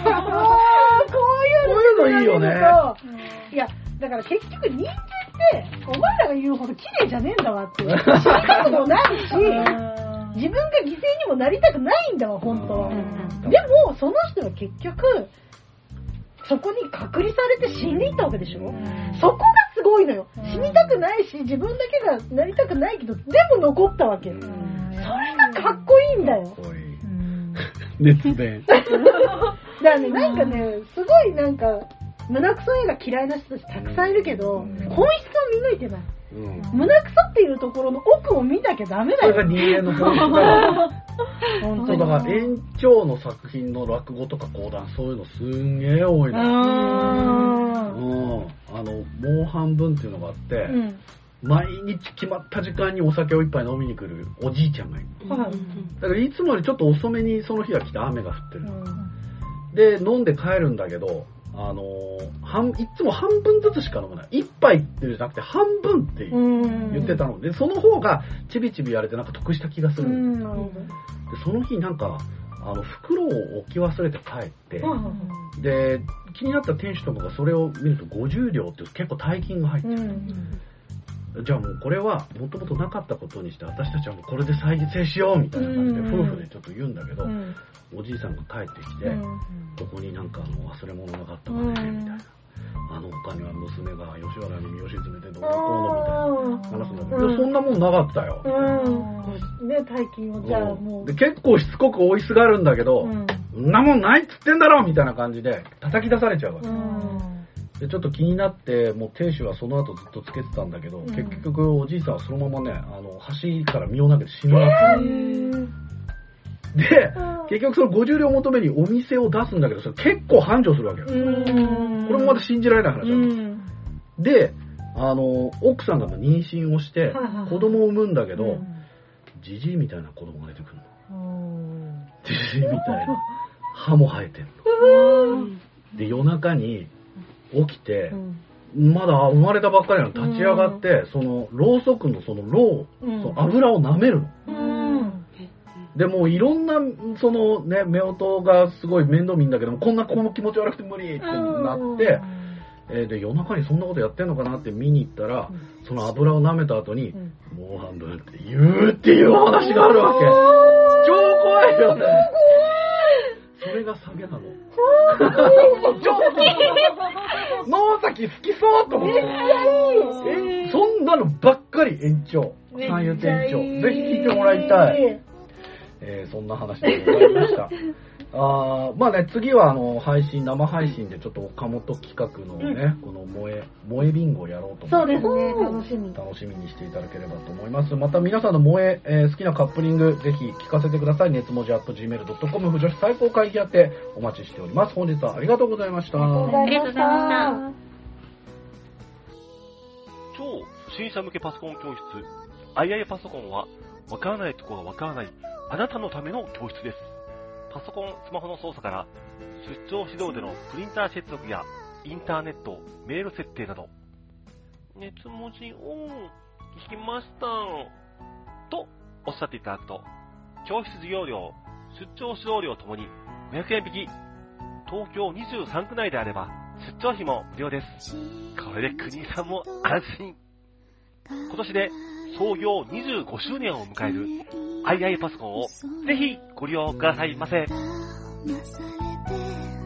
いうのいいよね。いや、だから結局人間ってお前らが言うほど綺麗じゃねえんだわって。知りたくもないし、自分が犠牲にもなりたくないんだわ本当は。でもその人は結局そこに隔離されて死んでいったわけでしょ。そこがすごいのよ。死にたくないし、自分だけがなりたくないけど、でも残ったわけ。それがかっこいいんだよ。かっこいい。 熱弁。 だからね、なんかね、すごいなんか、胸クソ映画嫌いな人たちたくさんいるけど、本質を見抜いてない。うん、胸クソっていうところの奥を見なきゃダメだよ。 それが人間の本質だよ。本当だから延長の作品の落語とか講談、そういうのすんげえ多いの。あ、うん、あのもう半分っていうのがあって、うん、毎日決まった時間にお酒を一杯飲みに来るおじいちゃんがいる、うん、だからいつもよりちょっと遅めにその日が来て雨が降ってる、うん、で飲んで帰るんだけど、あのー、半いつも半分ずつしか飲まない。一杯ってじゃなくて半分って言ってたので、その方がちびちびやれてなんか得した気がするんですよ。でその日なんかあの袋を置き忘れて帰って、で気になった店主とかがそれを見るとごじゅうりょうって結構大金が入ってる、うん、じゃあもうこれはもともとなかったことにして私たちはもうこれで再生しようみたいな感じで夫婦でちょっと言うんだけど、うん、おじいさんが帰ってきて、うん、ここになんかあの忘れ物なかったかね、うん、みたいな。あの他には娘が吉原に身を沈めてどうのこうのみたいな話すんだけど、うん、そんなもんなかったよ。 うん、ね、大金をじゃあもう。 で結構しつこく追いすがるんだけど、うん、そんなもんないっつってんだろみたいな感じで叩き出されちゃうわけ。うん、でちょっと気になってもう亭主はその後ずっとつけてたんだけど、うん、結局おじいさんはそのままね、あの橋から身を投げて死ぬわけ。で、結局そのごじゅうりょう求めにお店を出すんだけど、それ結構繁盛するわけよ。これもまた信じられない話なんです。で、あの、奥さんが妊娠をして、子供を産むんだけど、ジジイみたいな子供が出てくるの。ジジイみたいな。歯も生えてるの。で、夜中に起きて、まだ生まれたばっかりなの立ち上がって、その、ろうそくのそのろう、その油を舐めるの。でもいろんなそのね夫婦がすごい面倒見んだけども、こんな子も気持ち悪くて無理ってなって、えー、で夜中にそんなことやってんのかなって見に行ったら、その油を舐めた後に、もう半分って言うっていうお話があるわけ。超怖いよね。それが下げなの。ちょっと野崎好きそうと思って。めっちゃいい。え、そんなのばっかり延長。三遊亭延長。ぜひ聞いてもらいたい。 えー、そんな話でございました。あまあね、次はあの配信、生配信でちょっと岡本企画のね、うん、この萌え、萌えビンゴをやろうと思って。 そうですね、楽しみ。 楽しみにしていただければと思います。また皆さんの萌え、えー、好きなカップリング、ぜひ聞かせてください。熱文字 アットジーメールドットコム、不女子最高会議宛てお待ちしております。本日はありがとうございました。 ありがとうございました。 超初心者向けパソコン教室、アイアイ パソコンは、わからないところがわからない、あなたのための教室です。パソコン、スマホの操作から、出張指導でのプリンター接続や、インターネット、メール設定など、熱文字オン、聞きました。と、おっしゃっていただくと、教室授業料、出張指導料ともにごひゃくえん引き。東京にじゅうさんく内であれば、出張費も無料です。これで国井さんも安心。今年で創業にじゅうごしゅうねんを迎える アイアイ パソコンをぜひご利用くださいませ。